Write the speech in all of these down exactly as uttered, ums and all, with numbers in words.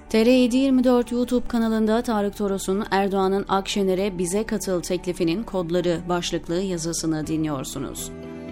T R yedi yirmi dört YouTube kanalında Tarık Toros'un Erdoğan'ın Akşener'e bize katıl teklifinin kodları başlıklı yazısını dinliyorsunuz.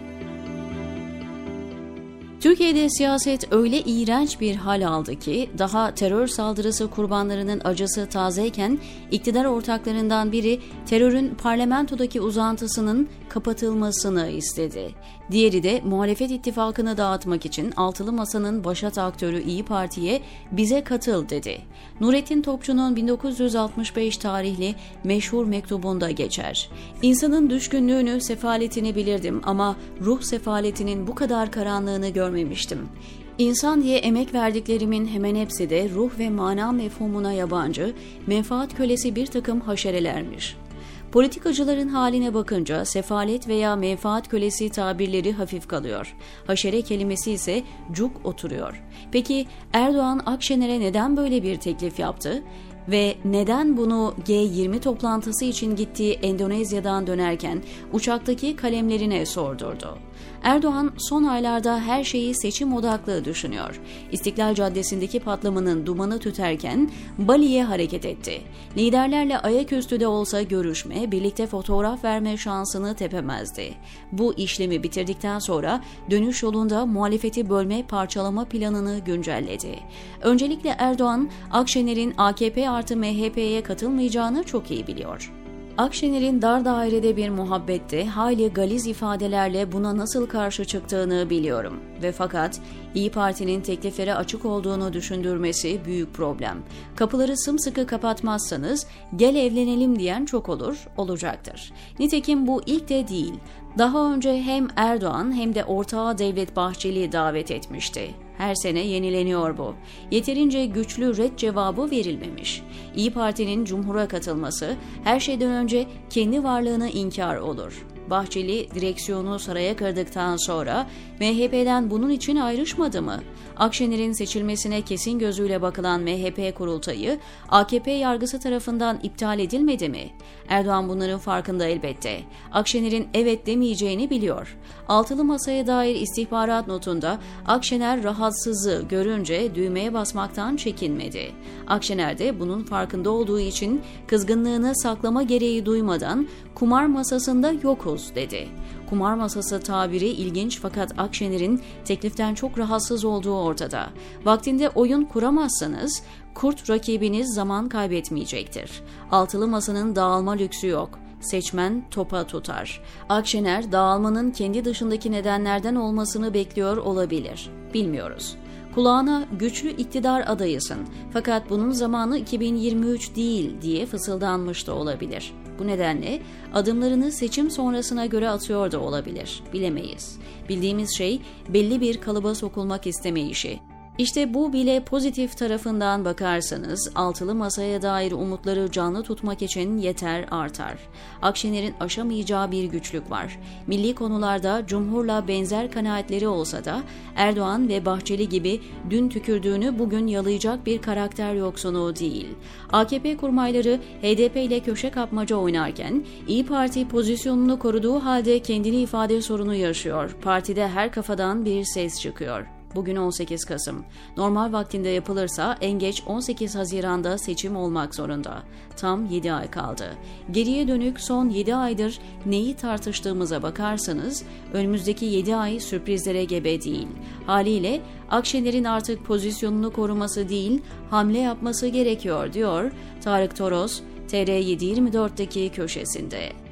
Türkiye'de siyaset öyle iğrenç bir hal aldı ki daha terör saldırısı kurbanlarının acısı tazeyken iktidar ortaklarından biri terörün parlamentodaki uzantısının kapatılmasını istedi. Diğeri de muhalefet ittifakını dağıtmak için altılı masanın başat aktörü İyi Parti'ye bize katıl dedi. Nurettin Topçu'nun bin dokuz yüz altmış beş tarihli meşhur mektubunda geçer. İnsanın düşkünlüğünü, sefaletini bilirdim ama ruh sefaletinin bu kadar karanlığını görmemiştim. İnsan diye emek verdiklerimin hemen hepsi de ruh ve mana mefhumuna yabancı, menfaat kölesi bir takım haşerelermiş. Politikacıların haline bakınca sefalet veya menfaat kölesi tabirleri hafif kalıyor. Haşere kelimesi ise cuk oturuyor. Peki Erdoğan Akşener'e neden böyle bir teklif yaptı? Ve neden bunu G yirmi toplantısı için gittiği Endonezya'dan dönerken uçaktaki kalemlerine sordurdu? Erdoğan son aylarda her şeyi seçim odaklı düşünüyor. İstiklal Caddesi'ndeki patlamanın dumanı tüterken Bali'ye hareket etti. Liderlerle ayaküstü de olsa görüşme, birlikte fotoğraf verme şansını tepemezdi. Bu işlemi bitirdikten sonra dönüş yolunda muhalefeti bölme, parçalama planını güncelledi. Öncelikle Erdoğan, Akşener'in A K P artı M H P'ye katılmayacağını çok iyi biliyor. Akşener'in dar dairede bir muhabbette hayli galiz ifadelerle buna nasıl karşı çıktığını biliyorum ve fakat İyi Parti'nin tekliflere açık olduğunu düşündürmesi büyük problem. Kapıları sımsıkı kapatmazsanız gel evlenelim diyen çok olur, olacaktır. Nitekim bu ilk de değil. Daha önce hem Erdoğan hem de ortağı Devlet Bahçeli davet etmişti. Her sene yenileniyor bu. Yeterince güçlü ret cevabı verilmemiş. İyi Parti'nin Cumhur'a katılması her şeyden önce kendi varlığını inkar olur. Bahçeli direksiyonu saraya kırdıktan sonra M H P'den bunun için ayrışmadı mı? Akşener'in seçilmesine kesin gözüyle bakılan M H P kurultayı A K P yargısı tarafından iptal edilmedi mi? Erdoğan bunların farkında elbette. Akşener'in evet demeyeceğini biliyor. Altılı masaya dair istihbarat notunda Akşener rahatsızı görünce düğmeye basmaktan çekinmedi. Akşener de bunun farkında olduğu için kızgınlığını saklama gereği duymadan kumar masasında yokuz dedi. Kumar masası tabiri ilginç fakat Akşener'in tekliften çok rahatsız olduğu ortada. Vaktinde oyun kuramazsanız kurt rakibiniz zaman kaybetmeyecektir. Altılı masanın dağılma lüksü yok. Seçmen topa tutar. Akşener dağılmanın kendi dışındaki nedenlerden olmasını bekliyor olabilir. Bilmiyoruz. Kulağına güçlü iktidar adayısın fakat bunun zamanı iki bin yirmi üç değil diye fısıldanmış da olabilir. Bu nedenle adımlarını seçim sonrasına göre atıyor da olabilir. Bilemeyiz. Bildiğimiz şey belli bir kalıba sokulmak istemeyişi. İşte bu bile pozitif tarafından bakarsanız altılı masaya dair umutları canlı tutmak için yeter artar. Akşener'in aşamayacağı bir güçlük var. Milli konularda Cumhur'la benzer kanaatleri olsa da Erdoğan ve Bahçeli gibi dün tükürdüğünü bugün yalayacak bir karakter yoksunu değil. A K P kurmayları H D P ile köşe kapmaca oynarken İyi Parti pozisyonunu koruduğu halde kendini ifade sorunu yaşıyor. Partide her kafadan bir ses çıkıyor. Bugün on sekiz Kasım. Normal vaktinde yapılırsa en geç on sekiz Haziran'da seçim olmak zorunda. Tam yedi ay kaldı. Geriye dönük son yedi aydır neyi tartıştığımıza bakarsanız önümüzdeki yedi ay sürprizlere gebe değil. Haliyle Akşener'in artık pozisyonunu koruması değil, hamle yapması gerekiyor diyor Tarık Toros T R yedi yirmi dört'teki köşesinde.